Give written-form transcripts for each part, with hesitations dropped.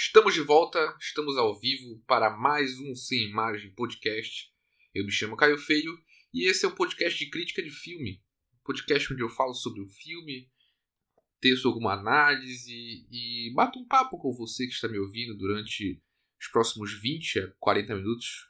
Estamos de volta, estamos ao vivo para mais um Sem Imagem podcast. Eu me chamo Caio Feio e esse é um podcast de crítica de filme. Um podcast onde eu falo sobre o filme, teço alguma análise e bato um papo com você que está me ouvindo durante os próximos 20 a 40 minutos.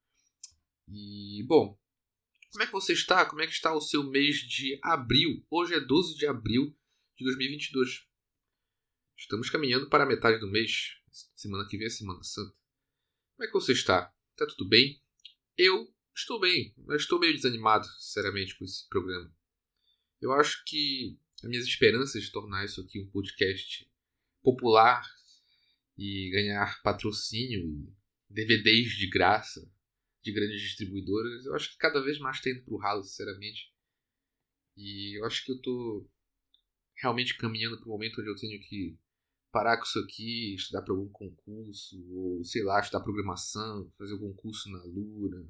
E, bom, como é que você está? Como é que está o seu mês de abril? Hoje é 12 de abril de 2022. Estamos caminhando para a metade do mês. Semana que vem é Semana Santa. Como é que você está? Está tudo bem? Eu estou bem, mas estou meio desanimado, sinceramente, com esse programa. Eu acho que as minhas esperanças de tornar isso aqui um podcast popular e ganhar patrocínio e DVDs de graça de grandes distribuidoras, eu acho que cada vez mais está indo para o ralo, sinceramente. E eu acho que eu estou realmente caminhando para o momento onde eu tenho que parar com isso aqui, estudar para algum concurso, ou sei lá, estudar programação, fazer algum curso na Lura.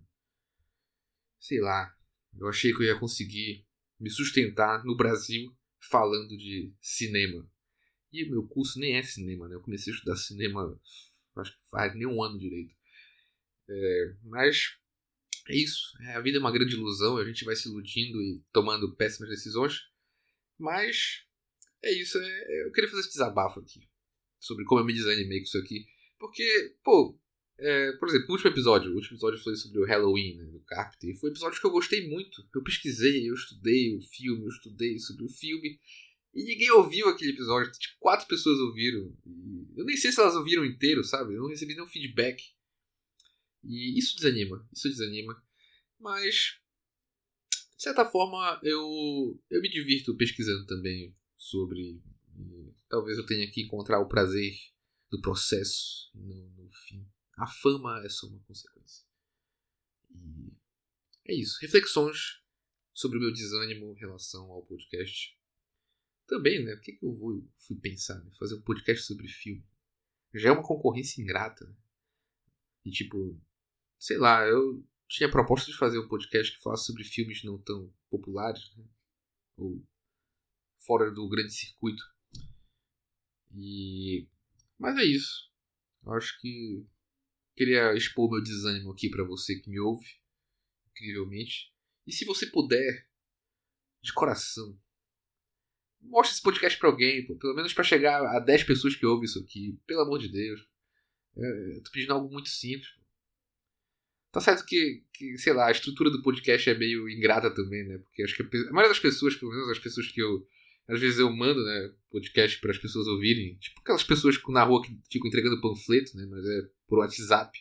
Sei lá, eu achei que eu ia conseguir me sustentar no Brasil falando de cinema. E o meu curso nem é cinema, né? Eu comecei a estudar cinema, acho que faz nem um ano direito. Mas é isso, a vida é uma grande ilusão, a gente vai se iludindo e tomando péssimas decisões. Mas é isso, eu queria fazer esse desabafo aqui sobre como eu me desanimei com isso aqui. Porque, por exemplo, o último episódio foi sobre o Halloween, né, do Carpenter. E foi um episódio que eu gostei muito. Eu pesquisei, eu estudei o filme, eu estudei sobre o filme. E ninguém ouviu aquele episódio. Tipo, 4 pessoas ouviram. E eu nem sei se elas ouviram inteiro, sabe? Eu não recebi nenhum feedback. E isso desanima. Mas, de certa forma, eu me divirto pesquisando também sobre. Talvez eu tenha que encontrar o prazer do processo, no fim. A fama é só uma consequência. E é isso. Reflexões sobre o meu desânimo em relação ao podcast. Também, né? O que eu fui pensar? Né? Fazer um podcast sobre filme. Já é uma concorrência ingrata. Né? E tipo, sei lá, eu tinha a proposta de fazer um podcast que falasse sobre filmes não tão populares, né? Ou fora do grande circuito. Mas é isso. Eu acho que queria expor meu desânimo aqui pra você que me ouve, incrivelmente. E se você puder, de coração, mostre esse podcast pra alguém, pô, pelo menos pra chegar a 10 pessoas que ouvem isso aqui. Pelo amor de Deus. Eu tô pedindo algo muito simples. Tá certo que, sei lá, a estrutura do podcast é meio ingrata também, né? Porque acho que a maioria das pessoas, pelo menos as pessoas que às vezes eu mando, né, podcast para as pessoas ouvirem. Tipo aquelas pessoas na rua que ficam entregando panfleto, né? Mas é por WhatsApp.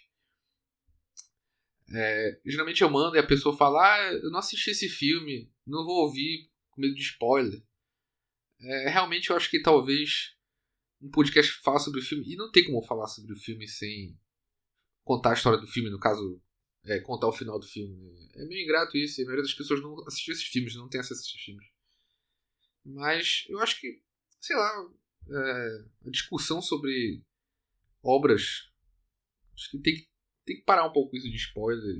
Geralmente eu mando e a pessoa fala: eu não assisti esse filme, não vou ouvir com medo de spoiler. Realmente eu acho que talvez um podcast fala sobre o filme. E não tem como falar sobre o filme sem contar a história do filme, no caso, contar o final do filme. É meio ingrato isso, e a maioria das pessoas não assistiu esses filmes, não tem acesso a esses filmes. Mas eu acho que, sei lá, a discussão sobre obras, acho que tem que parar um pouco isso de spoiler.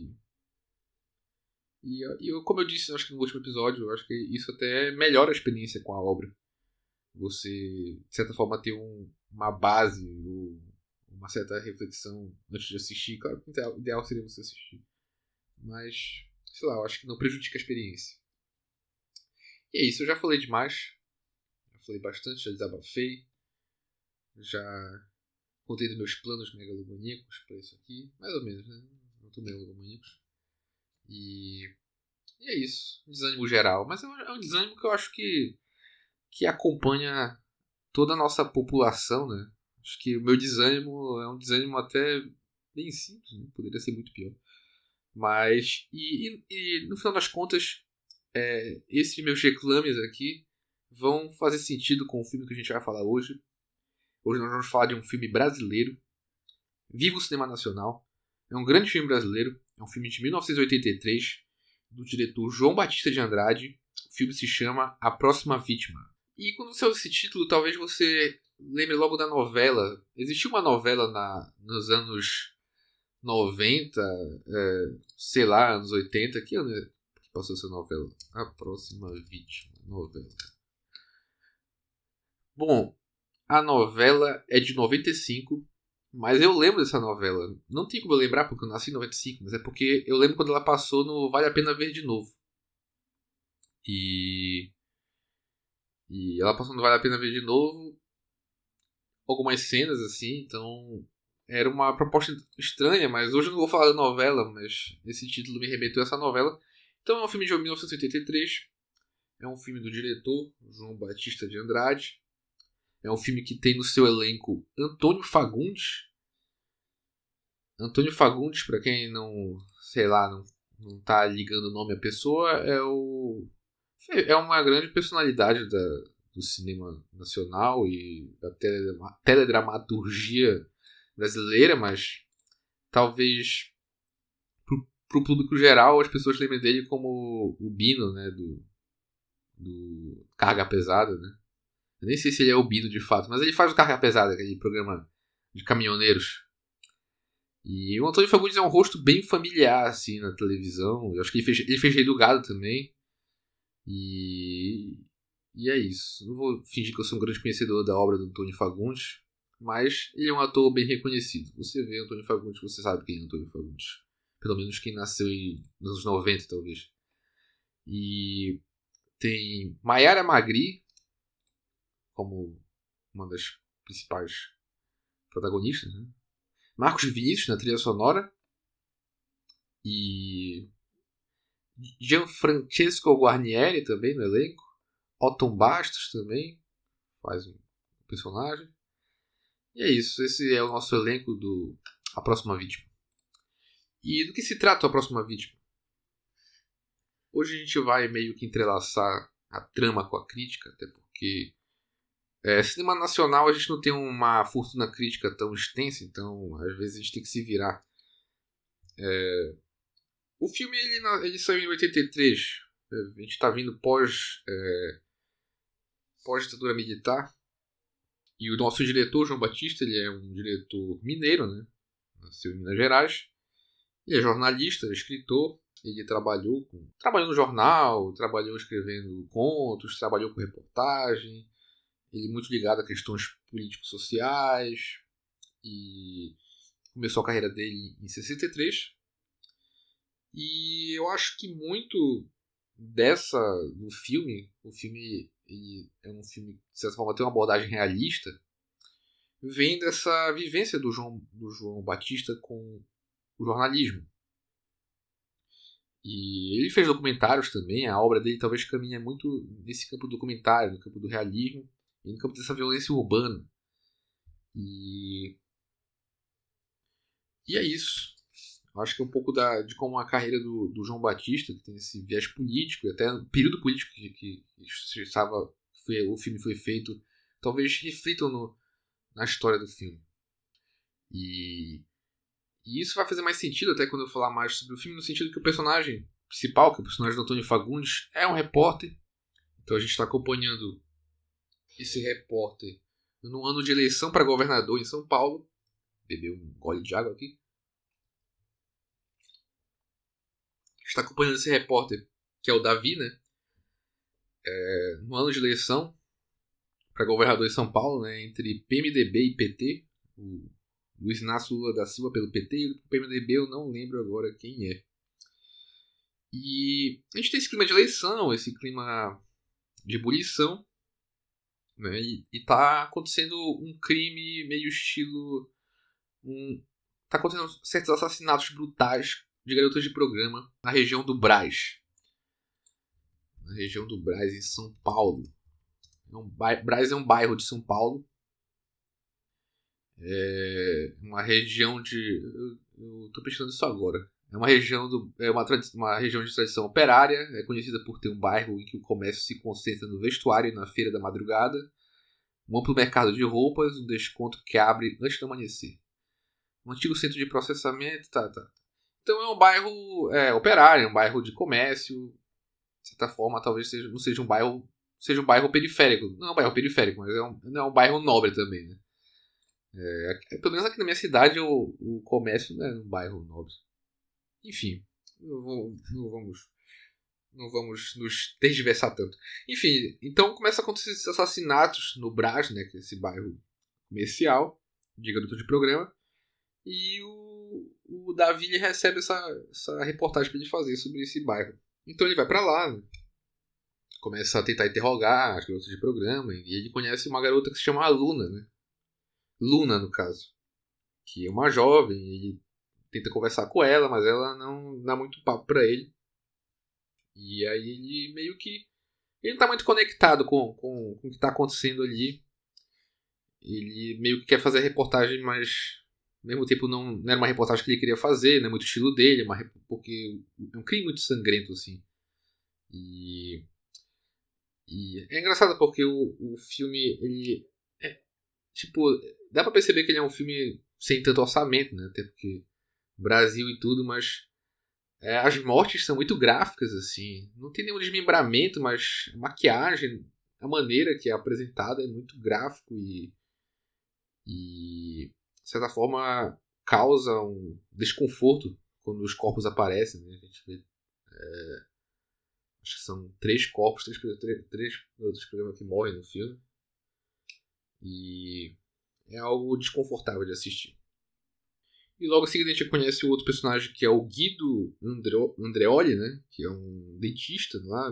Como eu disse, acho que no último episódio, eu acho que isso até melhora a experiência com a obra. Você, de certa forma, ter uma base ou uma certa reflexão antes de assistir. Claro que o ideal seria você assistir. Mas, sei lá, eu acho que não prejudica a experiência. E é isso, eu já falei demais. Já falei bastante, já desabafei. Já contei dos meus planos megalomaníacos para isso aqui. Mais ou menos, né? Não tô megalomaníacos. E é isso. Desânimo geral. Mas é um desânimo que eu acho que acompanha toda a nossa população, né? Acho que o meu desânimo é um desânimo até bem simples, né? Poderia ser muito pior. Mas, e no final das contas, esses meus reclames aqui vão fazer sentido com o filme que a gente vai falar hoje. Hoje nós vamos falar de um filme brasileiro, Viva o Cinema Nacional. É um grande filme brasileiro, é um filme de 1983, do diretor João Batista de Andrade. O filme se chama A Próxima Vítima. E quando você ouve esse título, talvez você lembre logo da novela. Existiu uma novela nos anos 90, sei lá, anos 80. Que ano que passou essa novela? A Próxima Vítima, novela. Bom, A novela é de 95, mas eu lembro dessa novela. Não tem como eu lembrar porque eu nasci em 95, mas é porque eu lembro quando ela passou no Vale a Pena Ver de Novo. E ela passou no Vale a Pena Ver de Novo. Algumas cenas assim, então era uma proposta estranha, mas hoje eu não vou falar da novela, mas esse título me remeteu a essa novela. Então é um filme de 1983, é um filme do diretor João Batista de Andrade, é um filme que tem no seu elenco Antônio Fagundes. Antônio Fagundes, para quem não, sei lá, não tá ligando o nome à pessoa, é uma grande personalidade do cinema nacional e da teledramaturgia brasileira, mas talvez pro público geral as pessoas lembrem dele como o Bino, né, do Carga Pesada, né? Eu nem sei se ele é o Bino de fato, mas ele faz o Carga Pesada, aquele programa de caminhoneiros. E o Antônio Fagundes é um rosto bem familiar assim na televisão. Eu acho que ele fez Rei do Gado também. E é isso. Não vou fingir que eu sou um grande conhecedor da obra do Antônio Fagundes, mas ele é um ator bem reconhecido. Você vê Antônio Fagundes, você sabe quem é Antônio Fagundes. Pelo menos quem nasceu nos anos 90, talvez. E tem Maiara Magri como uma das principais protagonistas, né? Marcos Vinícius na trilha sonora. E Gianfrancesco Guarnieri também no elenco. Otton Bastos também faz um personagem. E é isso. Esse é o nosso elenco do A Próxima Vítima. E do que se trata A Próxima Vítima? Hoje a gente vai meio que entrelaçar a trama com a crítica, até porque cinema nacional a gente não tem uma fortuna crítica tão extensa, então às vezes a gente tem que se virar. O filme ele saiu em 83. A gente está vindo pós-ditadura militar. E o nosso diretor, João Batista, ele é um diretor mineiro, né? Nasceu em Minas Gerais. Ele é jornalista, escritor. Ele trabalhou no jornal, trabalhou escrevendo contos, trabalhou com reportagem. Ele é muito ligado a questões político-sociais. E começou a carreira dele em 63. E eu acho que muito do filme, o filme ele é um filme que, de certa forma, tem uma abordagem realista, vem dessa vivência do João Batista com o jornalismo. E ele fez documentários também, a obra dele talvez caminha muito nesse campo do documentário, no campo do realismo e no campo dessa violência urbana. E é isso. Eu acho que é um pouco de como a carreira do João Batista, que tem esse viés político, e até o período político que o filme foi feito, talvez reflitam na história do filme. E isso vai fazer mais sentido até quando eu falar mais sobre o filme, no sentido que o personagem principal, que é o personagem do Antônio Fagundes, é um repórter. Então a gente está acompanhando esse repórter num ano de eleição para governador em São Paulo. Bebeu um gole de água aqui. Está acompanhando esse repórter, que é o Davi, né? No ano de eleição para governador em São Paulo, né? Entre PMDB e PT. O Luiz Inácio Lula da Silva pelo PT e o PMDB eu não lembro agora quem é. E a gente tem esse clima de eleição, esse clima de ebulição, né? E tá acontecendo um crime meio estilo... Tá acontecendo certos assassinatos brutais de garotas de programa na região do Brás. Na região do Brás, em São Paulo. Brás é um bairro de São Paulo. É uma região de... Eu tô pensando nisso agora. É uma região uma região de tradição operária. É conhecida por ter um bairro em que o comércio se concentra no vestuário e na feira da madrugada. Um amplo mercado de roupas, um desconto que abre antes do amanhecer. Um antigo centro de processamento, tá. Então é um bairro operário, é um bairro de comércio. De certa forma, talvez não seja um bairro... Seja um bairro periférico. Não é um bairro periférico, mas não é um bairro nobre também, né? Pelo menos aqui na minha cidade o comércio não é um bairro nobre. Enfim, não vamos Não vamos nos tergiversar tanto. Enfim, então começa a acontecer esses assassinatos no Brás, né, que é esse bairro comercial, de garoto de programa. E o Davi ele recebe essa reportagem para ele fazer sobre esse bairro. Então ele vai para lá, né, começa a tentar interrogar as garotas de programa. E ele conhece uma garota que se chama Luna, né? Luna, no caso. Que é uma jovem. Ele tenta conversar com ela, mas ela não dá muito papo para ele. E aí ele meio que... Ele não tá muito conectado com o que está acontecendo ali. Ele meio que quer fazer a reportagem, mas ao mesmo tempo não era uma reportagem que ele queria fazer, não é muito estilo dele, porque é um crime muito sangrento, assim. E é engraçado porque o filme, ele é, tipo, dá pra perceber que ele é um filme sem tanto orçamento, né? Até porque Brasil e tudo, mas as mortes são muito gráficas, assim. Não tem nenhum desmembramento, mas a maquiagem, a maneira que é apresentada é muito gráfico e de certa forma causa um desconforto quando os corpos aparecem, né? A gente vê, acho que são 3 corpos, três outros programas que morrem no filme. E é algo desconfortável de assistir. E logo em seguida a gente conhece o outro personagem que é o Guido Andreoli, né? Que é um dentista lá,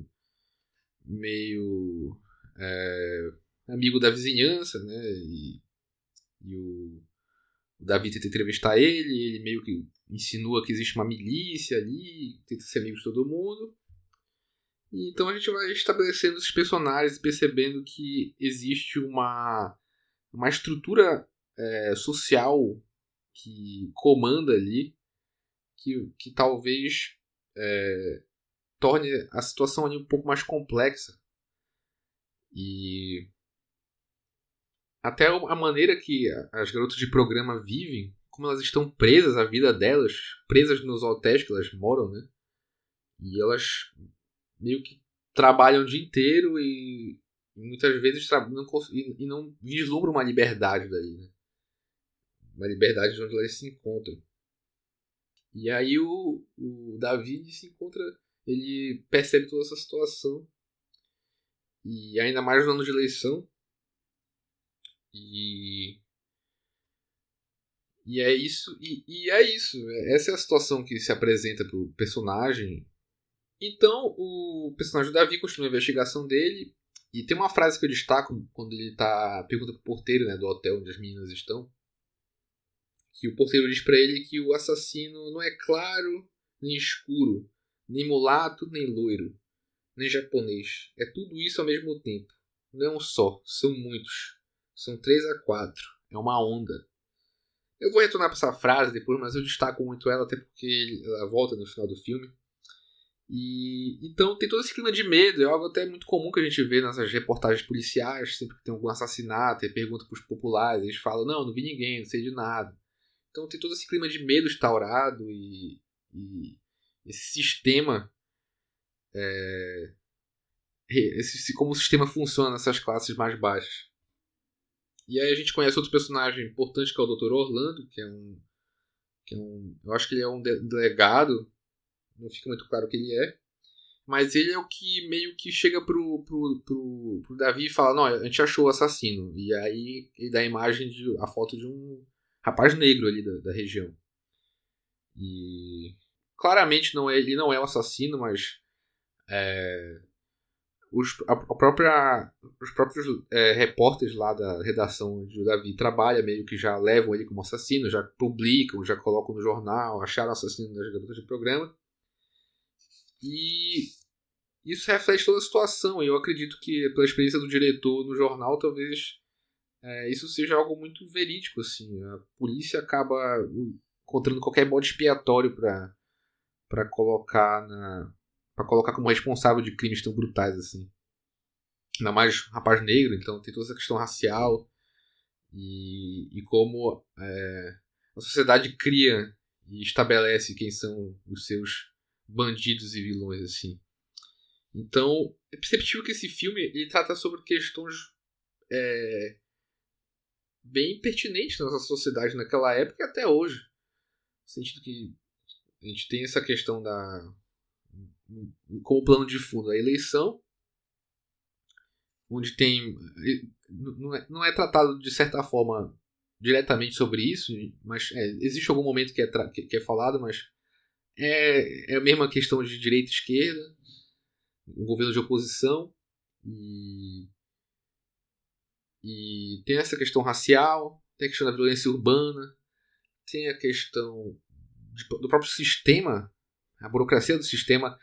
meio amigo da vizinhança, né? E o Davi tenta entrevistar ele meio que insinua que existe uma milícia ali, tenta ser amigo de todo mundo. E então a gente vai estabelecendo esses personagens, percebendo que existe uma estrutura social que comanda ali, que talvez torne a situação ali um pouco mais complexa. E até a maneira que as garotas de programa vivem, como elas estão presas à vida delas, presas nos hotéis que elas moram, né? E elas meio que trabalham o dia inteiro e muitas vezes não vislumbram uma liberdade dali, né? Uma liberdade onde elas se encontram. E aí o David se encontra, ele percebe toda essa situação e ainda mais no ano de eleição e é isso e é isso. Essa é a situação que se apresenta pro personagem. Então o personagem do Davi continua a investigação dele e tem uma frase que eu destaco quando ele pergunta pro porteiro, né, do hotel onde as meninas estão, que o porteiro diz pra ele que o assassino não é claro nem escuro, nem mulato nem loiro, nem japonês. É tudo isso ao mesmo tempo. Não é um só, são muitos. São 3 a 4. É uma onda. Eu vou retornar para essa frase depois, mas eu destaco muito ela, até porque ela volta no final do filme. E então tem todo esse clima de medo, é algo até muito comum que a gente vê nessas reportagens policiais, sempre que tem algum assassinato e pergunta para os populares, eles falam, não vi ninguém, não sei de nada. Então tem todo esse clima de medo instaurado e esse sistema, como o sistema funciona nessas classes mais baixas. E aí a gente conhece outro personagem importante que é o Dr. Orlando, que é um eu acho que ele é um delegado, não fica muito claro o que ele é, mas ele é o que meio que chega pro Davi e fala, não, a gente achou o assassino. E aí ele dá a foto de um rapaz negro ali da região. E claramente ele não é o assassino, mas os próprios repórteres lá da redação onde o Davi trabalha meio que já levam ele como assassino, já publicam, já colocam no jornal, acharam o assassino das garotas de programa. E isso reflete toda a situação. E eu acredito que, pela experiência do diretor no jornal, talvez isso seja algo muito verídico. Assim. A polícia acaba encontrando qualquer bode expiatório para colocar como responsável de crimes tão brutais assim. Ainda mais rapaz negro, então tem toda essa questão racial e como a sociedade cria e estabelece quem são os seus bandidos e vilões assim. Então é perceptível que esse filme ele trata sobre questões bem pertinentes na nossa sociedade naquela época e até hoje, no sentido que a gente tem essa questão como plano de fundo a eleição, onde tem... Não é tratado de certa forma diretamente sobre isso, mas existe algum momento que é falado, mas é a mesma questão de direita e esquerda, um governo de oposição, e tem essa questão racial, tem a questão da violência urbana, tem a questão do próprio sistema, a burocracia do sistema.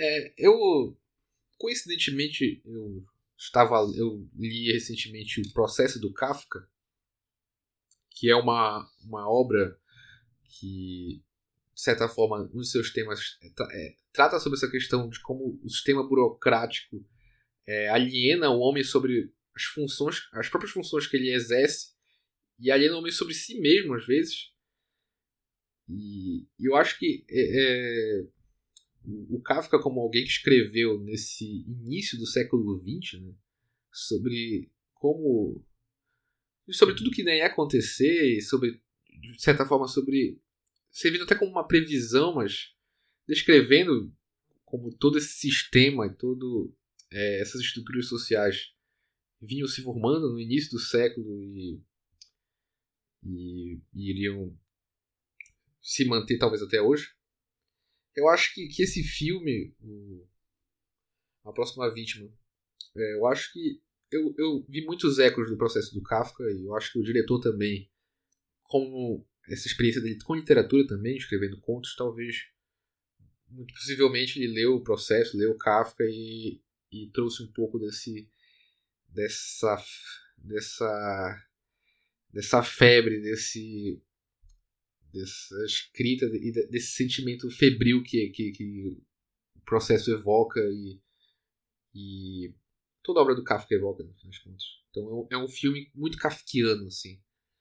Coincidentemente, eu li recentemente O Processo do Kafka, que é uma obra que, de certa forma, um dos seus temas trata sobre essa questão de como o sistema burocrático aliena o homem sobre as próprias funções que ele exerce, e aliena o homem sobre si mesmo, às vezes. E eu acho que o Kafka, como alguém que escreveu nesse início do século XX, né, sobre tudo que nem ia acontecer, de certa forma, servindo até como uma previsão, mas descrevendo como todo esse sistema e todo essas estruturas sociais vinham se formando no início do século e iriam se manter talvez até hoje. Eu acho que esse filme, A Próxima Vítima, eu acho que eu vi muitos ecos do Processo do Kafka, e eu acho que o diretor também, como essa experiência dele com literatura também, escrevendo contos, talvez, muito possivelmente, ele leu o Processo, leu o Kafka e trouxe um pouco dessa febre, dessa escrita e desse sentimento febril que o Processo evoca e toda a obra do Kafka evoca, no fim das contas. Então é um filme muito kafkiano, assim.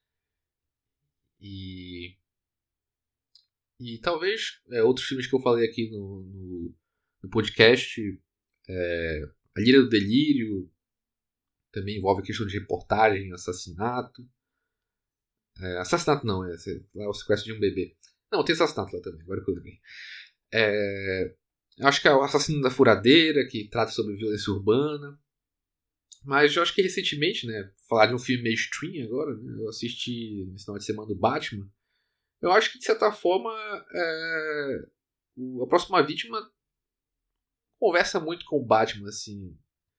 E talvez outros filmes que eu falei aqui no podcast, A Lira do Delírio, também envolve a questão de reportagem, assassinato. Assassinato não, é o sequestro de um bebê. Não, tem assassinato lá também, agora que eu lembrei. Eu acho que é O Assassino da Furadeira, que trata sobre violência urbana. Mas eu acho que recentemente, né, falar de um filme mainstream agora, né, eu assisti no final de semana do Batman. Eu acho que, de certa forma, A Próxima Vítima conversa muito com o Batman, assim.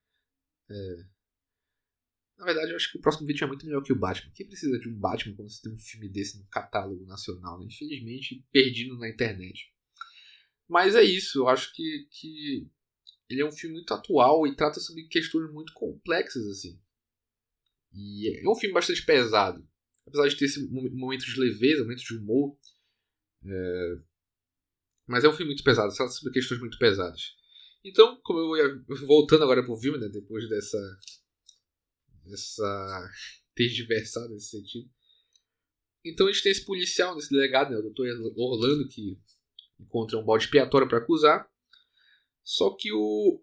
Na verdade, eu acho que O Próximo Vítima é muito melhor que o Batman. Quem precisa de um Batman quando você tem um filme desse no catálogo nacional, né? Infelizmente, perdido na internet. Mas é isso, eu acho que ele é um filme muito atual e trata sobre questões muito complexas, assim. E é um filme bastante pesado. Apesar de ter esse momento de leveza, momento de humor. Mas é um filme muito pesado, trata sobre questões muito pesadas. Então, como eu ia voltando agora pro filme, né, depois dessa tergiversada nesse sentido. Então a gente tem esse policial, esse delegado, né, o Dr. Orlando, que encontra um bode expiatório para acusar. Só que o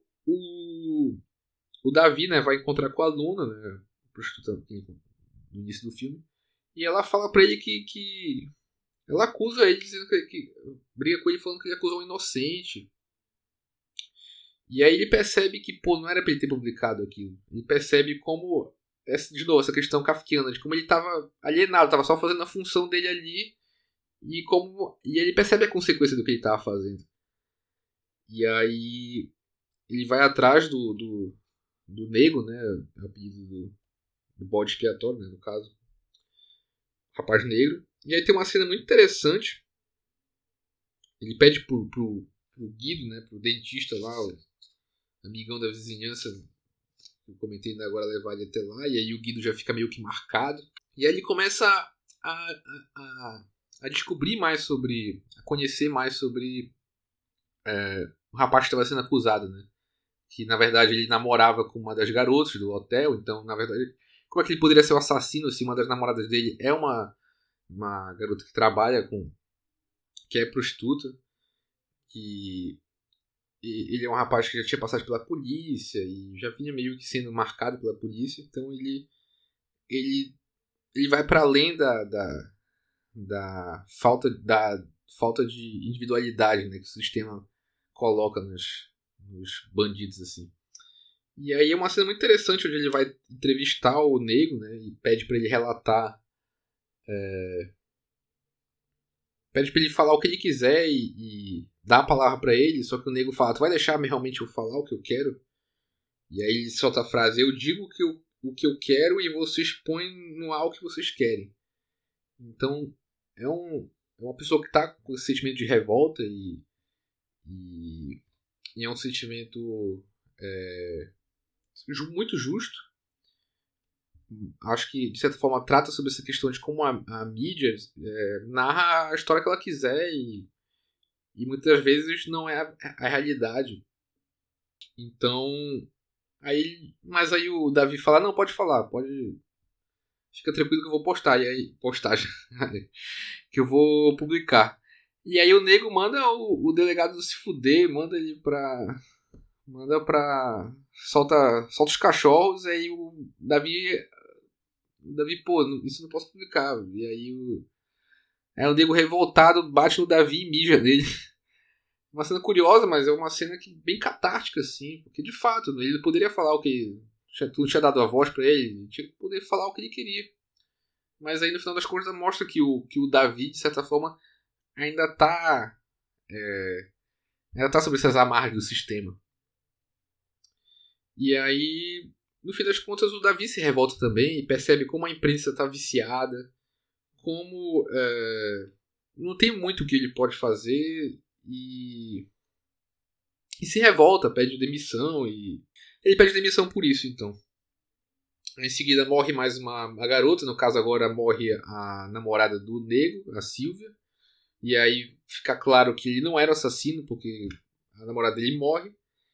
Davi, né, vai encontrar com a Luna, né, prostituta no início do filme, e ela fala pra ele que ela acusa ele, dizendo que briga com ele falando que ele acusou um inocente. E aí ele percebe que, não era pra ele ter publicado aquilo. Ele percebe como, de novo, essa questão kafkiana, de como ele tava alienado, tava só fazendo a função dele ali, e ele percebe a consequência do que ele tava fazendo. E aí ele vai atrás do nego, né, é o apelido do bode expiatório, né, no caso, rapaz negro. E aí tem uma cena muito interessante. Ele pede pro Guido, né, pro dentista lá, o amigão da vizinhança, que eu comentei ainda agora, levar ele até lá. E aí o Guido já fica meio que marcado. E aí ele começa a descobrir mais sobre, a conhecer mais sobre o rapaz que estava sendo acusado, né? Que na verdade ele namorava com uma das garotas do hotel. Então, na verdade, como é que ele poderia ser o assassino se uma das namoradas dele é uma garota que trabalha que é prostituta, que ele é um rapaz que já tinha passado pela polícia e já vinha meio que sendo marcado pela polícia. Então ele vai para além da falta de individualidade, né, que o sistema coloca nos bandidos, assim. E aí é uma cena muito interessante onde ele vai entrevistar o Nego, né? E pede pra ele relatar. Pede pra ele falar o que ele quiser e dá a palavra pra ele. Só que o Nego fala: tu vai deixar realmente eu falar o que eu quero? E aí ele solta a frase: eu digo o que eu quero e vocês põem no ar o que vocês querem. Então é uma pessoa que tá com esse sentimento de revolta e é um sentimento muito justo. Acho que, de certa forma, trata sobre essa questão de como a mídia narra a história que ela quiser e muitas vezes não é a realidade. Então, mas aí o Davi fala: não, pode falar, pode. Fica tranquilo que eu vou postar. E aí, postagem. Que eu vou publicar. E aí o Nego manda o delegado se fuder, manda ele pra. Manda pra. Solta os cachorros, aí o Davi, pô, isso não posso publicar. E aí o Nego revoltado bate no Davi e mija nele. Uma cena curiosa, mas é uma cena que bem catártica, assim. Porque de fato, ele poderia falar o que. Tu tinha dado a voz pra ele, tinha que poder falar o que ele queria. Mas aí no final das contas mostra que o Davi, de certa forma, ainda tá. Ainda tá sobre essas amarras do sistema. E aí, no fim das contas, o Davi se revolta também e percebe como a imprensa está viciada, como não tem muito o que ele pode fazer e se revolta, pede demissão e ele pede demissão por isso, então. Em seguida morre mais uma garota, no caso agora morre a namorada do Nego, a Silvia, e aí fica claro que ele não era o assassino porque a namorada dele morre.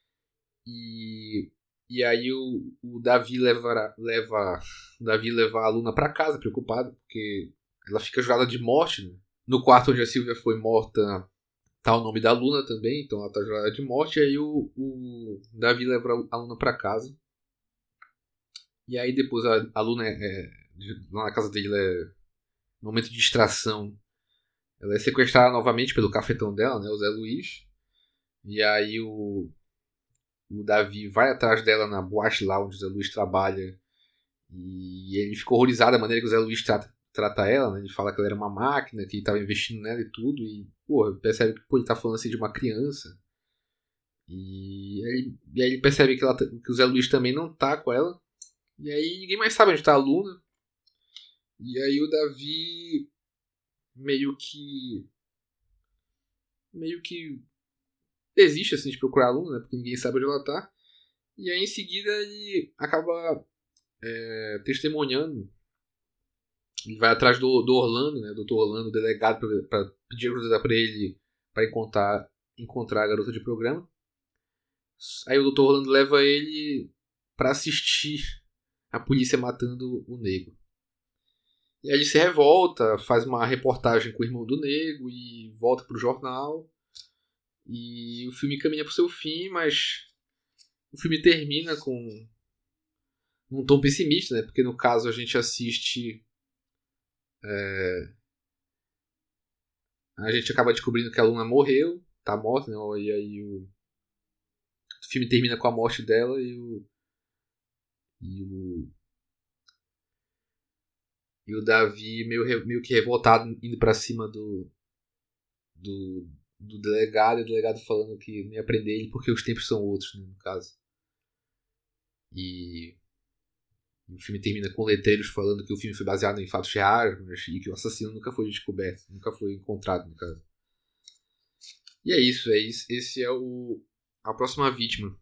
E aí o Davi leva a Luna pra casa, preocupado, porque ela fica jurada de morte, né? No quarto onde a Silvia foi morta tá o nome da Luna também, então ela tá jurada de morte. E aí o Davi leva a Luna pra casa. E aí depois a Luna lá na casa dele, no momento de distração, ela é sequestrada novamente pelo cafetão dela, né, o Zé Luiz. E aí o Davi vai atrás dela na boate lá onde o Zé Luiz trabalha. E ele ficou horrorizado da maneira que o Zé Luiz trata ela, né? Ele fala que ela era uma máquina, que ele estava investindo nela e tudo. E, percebe que ele tá falando assim de uma criança. E aí ele percebe que o Zé Luiz também não tá com ela. E aí ninguém mais sabe onde tá a Luna. E aí o Davi meio que desiste assim, de procurar a Luna, né? Porque ninguém sabe onde ela tá. E aí em seguida ele acaba testemunhando. Ele vai atrás do Orlando, né? Dr. Orlando, delegado, para pedir ajuda pra ele para encontrar a garota de programa. Aí o Dr. Orlando leva ele para assistir a polícia matando o Nego. E aí ele se revolta, faz uma reportagem com o irmão do Nego e volta pro jornal. E o filme caminha pro seu fim, mas o filme termina com um tom pessimista, né? Porque no caso a gente assiste. A gente acaba descobrindo que a Luna morreu, tá morta, né? E aí o filme termina com a morte dela e o Davi meio que revoltado indo pra cima do delegado, e o delegado falando que não ia prender ele porque os tempos são outros, né, no caso. E o filme termina com letreiros falando que o filme foi baseado em fatos reais, e que o assassino nunca foi descoberto, nunca foi encontrado, no caso. E é isso. Esse é a próxima vítima.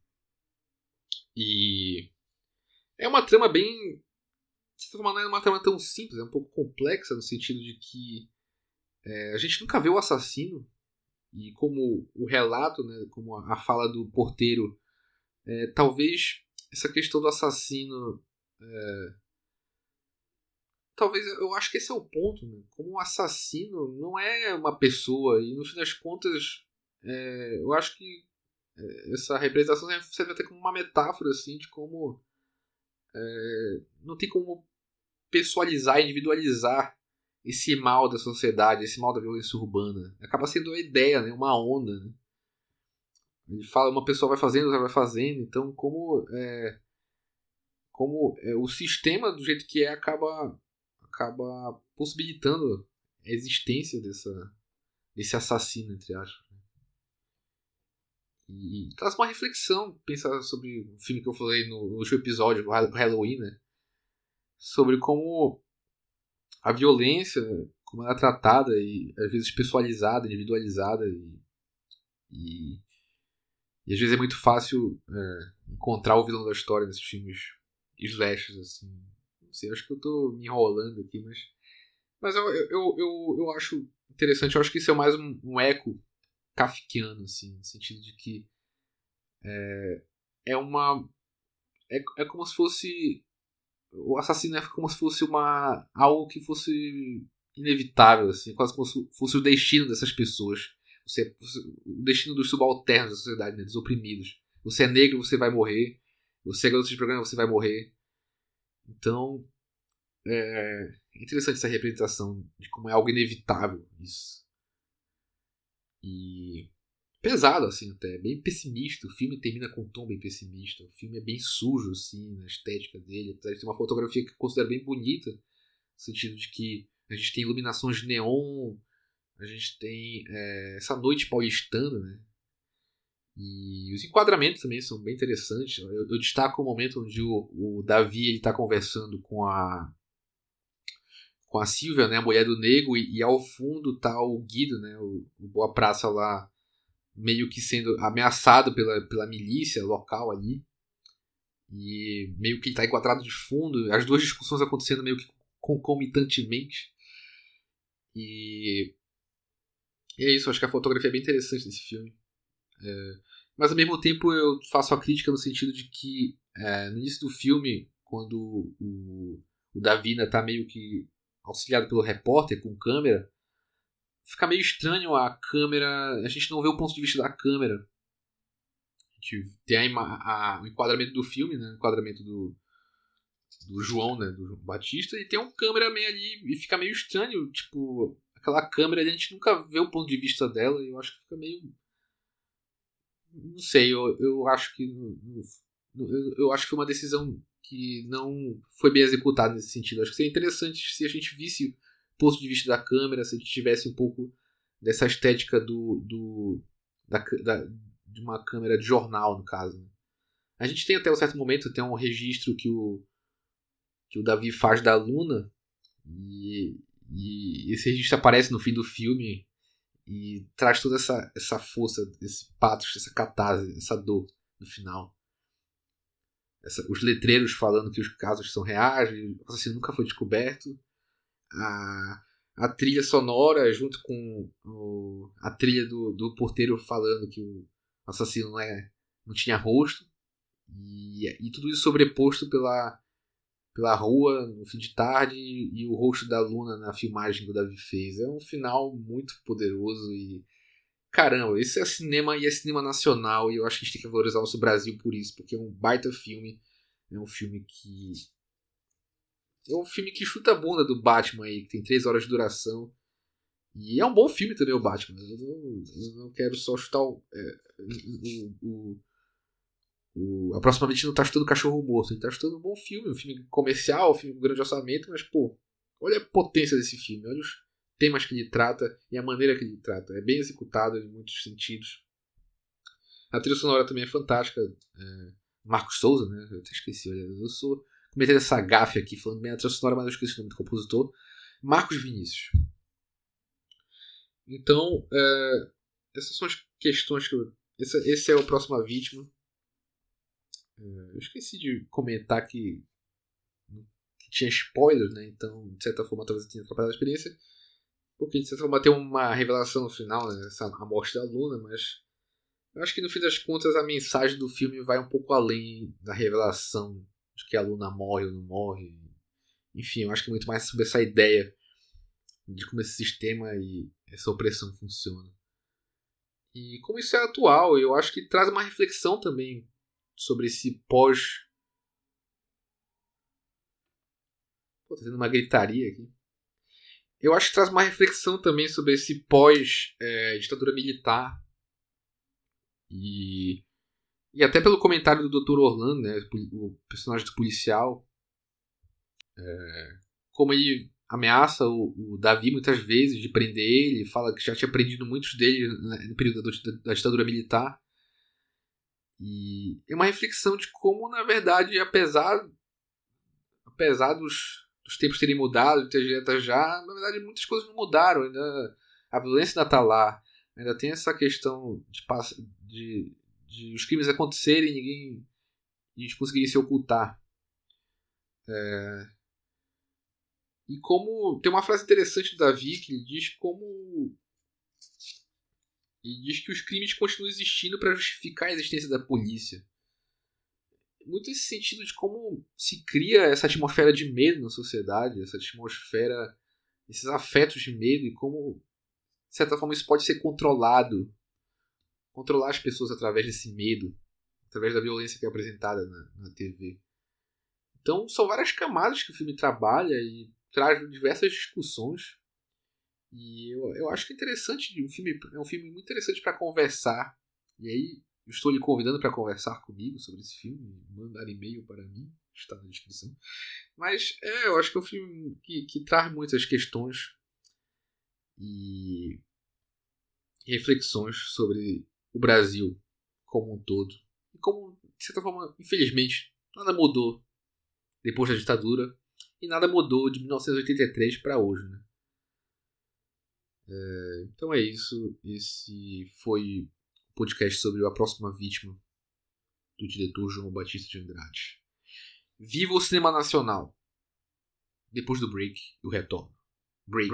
E é uma trama bem... De certa forma, não é uma trama tão simples, é um pouco complexa no sentido de que a gente nunca vê o assassino, e como o relato, né, como a fala do porteiro, talvez essa questão do assassino... Talvez, eu acho que esse é o ponto, né? Como um assassino não é uma pessoa, e no fim das contas, eu acho que essa representação serve até como uma metáfora, assim, de como não tem como pessoalizar, individualizar esse mal da sociedade, esse mal da violência urbana. Acaba sendo a ideia, né? Uma onda, né? Ele fala, uma pessoa vai fazendo, outra vai fazendo. Então, o sistema, do jeito que é, acaba possibilitando a existência desse assassino, entre aspas. E traz uma reflexão, pensar sobre o filme que eu falei no último episódio, o Halloween, né? Sobre como a violência, como ela é tratada e às vezes pessoalizada, individualizada e às vezes é muito fácil encontrar o vilão da história nesses filmes slashers, assim. Não sei, acho que eu tô me enrolando aqui, mas eu acho interessante. Eu acho que isso é mais um eco kafkiano, assim, no sentido de que é uma é como se fosse o assassino é como se fosse algo que fosse inevitável, assim, quase como se fosse o destino dessas pessoas. O destino dos subalternos da sociedade, né, dos oprimidos. Você é negro, você vai morrer. Você é garoto de programa, você vai morrer. Então, é interessante essa representação de como é algo inevitável isso. E pesado, assim, até. Bem pessimista. O filme termina com um tom bem pessimista. O filme é bem sujo, assim, na estética dele. Apesar de ter uma fotografia que eu considero bem bonita. No sentido de que a gente tem iluminações de neon. A gente tem essa noite paulistana, né? E os enquadramentos também são bem interessantes. Eu destaco o momento onde o Davi está conversando com a Silvia, né, a mulher do Nego, e ao fundo tá o Guido, né, o Boa Praça lá, meio que sendo ameaçado pela milícia local ali. E meio que ele tá enquadrado de fundo, as duas discussões acontecendo meio que concomitantemente. E é isso, acho que a fotografia é bem interessante desse filme. Mas ao mesmo tempo eu faço a crítica no sentido de que no início do filme, quando o Davina tá meio que auxiliado pelo repórter com câmera, fica meio estranho a câmera, a gente não vê o ponto de vista da câmera. A gente tem o enquadramento do filme, né, o enquadramento do João, né, do João Batista, e tem um cameraman ali e fica meio estranho, tipo, aquela câmera a gente nunca vê o ponto de vista dela e eu acho que fica meio, não sei, eu acho que eu acho que foi uma decisão que não foi bem executada nesse sentido. Acho que seria interessante se a gente visse o ponto de vista da câmera, se a gente tivesse um pouco dessa estética de uma câmera de jornal, no caso. Né? A gente tem até um certo momento, tem um registro que o Davi faz da Luna e esse registro aparece no fim do filme e traz toda essa força, esse pathos, essa catarse, essa dor no final. Os letreiros falando que os casos são reais, o assassino nunca foi descoberto. A trilha sonora junto com a trilha do porteiro falando que o assassino não tinha rosto. E tudo isso sobreposto pela rua no fim de tarde e o rosto da Luna na filmagem que o Davi fez. É um final muito poderoso e caramba, isso é cinema e é cinema nacional e eu acho que a gente tem que valorizar o nosso Brasil por isso, porque é um baita filme, é um filme que chuta a bunda do Batman aí, que tem 3 horas de duração. E é um bom filme também o Batman. Eu não quero só chutar a próxima vez não tá chutando Cachorro Morto, ele tá chutando um bom filme, um filme comercial, um filme com grande orçamento, mas pô, olha a potência desse filme, olha os temas que ele trata e a maneira que ele trata. É bem executado em muitos sentidos. A trilha sonora também é fantástica. Marcos Souza, né? Eu até esqueci, olha, eu sou cometendo essa gafe aqui, falando bem a trilha sonora, mas eu esqueci o nome do compositor. Marcos Vinícius. Então, essas são as questões que esse é o Próxima Vítima. Eu esqueci de comentar que tinha spoilers, né? Então, de certa forma, talvez eu tenha atrapalhado a experiência. Porque, de certa forma, tem uma revelação no final, né? A morte da Luna, mas eu acho que, no fim das contas, a mensagem do filme vai um pouco além da revelação de que a Luna morre ou não morre. Enfim, eu acho que muito mais sobre essa ideia de como esse sistema e essa opressão funciona. E como isso é atual, eu acho que traz uma reflexão também sobre esse pós... Pô, tá tendo uma gritaria aqui. Eu acho que traz uma reflexão também sobre esse pós-ditadura militar E até pelo comentário do Dr. Orlando, né, o personagem do policial, como ele ameaça o Davi muitas vezes de prender ele, fala que já tinha prendido muitos dele, né, no período da ditadura militar. E é uma reflexão de como, na verdade, apesar dos tempos terem mudado, já, na verdade, muitas coisas não mudaram. Ainda, a violência ainda está lá. Ainda tem essa questão de os crimes acontecerem e eles conseguirem se ocultar. E como tem uma frase interessante do Davi que ele diz que os crimes continuam existindo para justificar a existência da polícia. Muito esse sentido de como se cria essa atmosfera de medo na sociedade, essa atmosfera, esses afetos de medo, e como, de certa forma, isso pode ser controlado. Controlar as pessoas através desse medo, através da violência que é apresentada na TV. Então, são várias camadas que o filme trabalha e traz diversas discussões. E eu acho que é interessante, é um filme muito interessante para conversar. E aí, eu estou lhe convidando para conversar comigo sobre esse filme, mandar e-mail para mim, está na descrição. Mas eu acho que é um filme que traz muitas questões e reflexões sobre o Brasil como um todo. E como, de certa forma, infelizmente, nada mudou depois da ditadura e nada mudou de 1983 para hoje, né? Então é isso. Esse foi o podcast sobre A Próxima Vítima, do diretor João Batista de Andrade. Viva o cinema nacional! Depois do break, eu retorno. Break.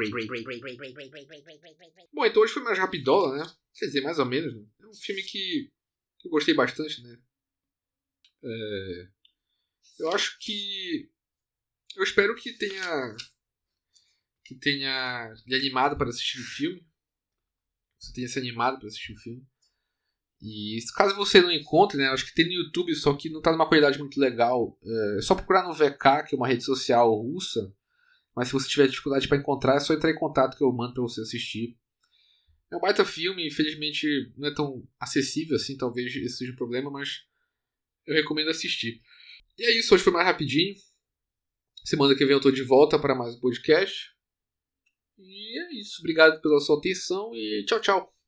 Bom, então hoje foi mais rapidola, né? Quer dizer, mais ou menos, né? É um filme que eu gostei bastante, né? Eu acho que... Eu espero que tenha lhe animado para assistir o filme. Você tenha se animado para assistir o filme. E caso você não encontre, né? Acho que tem no YouTube, só que não está numa qualidade muito legal. É só procurar no VK, que é uma rede social russa. Mas se você tiver dificuldade para encontrar, é só entrar em contato que eu mando para você assistir. É um baita filme, infelizmente não é tão acessível assim, talvez esse seja o problema, mas eu recomendo assistir. E é isso, hoje foi mais rapidinho. Semana que vem eu tô de volta para mais um podcast. E é isso, obrigado pela sua atenção e tchau, tchau.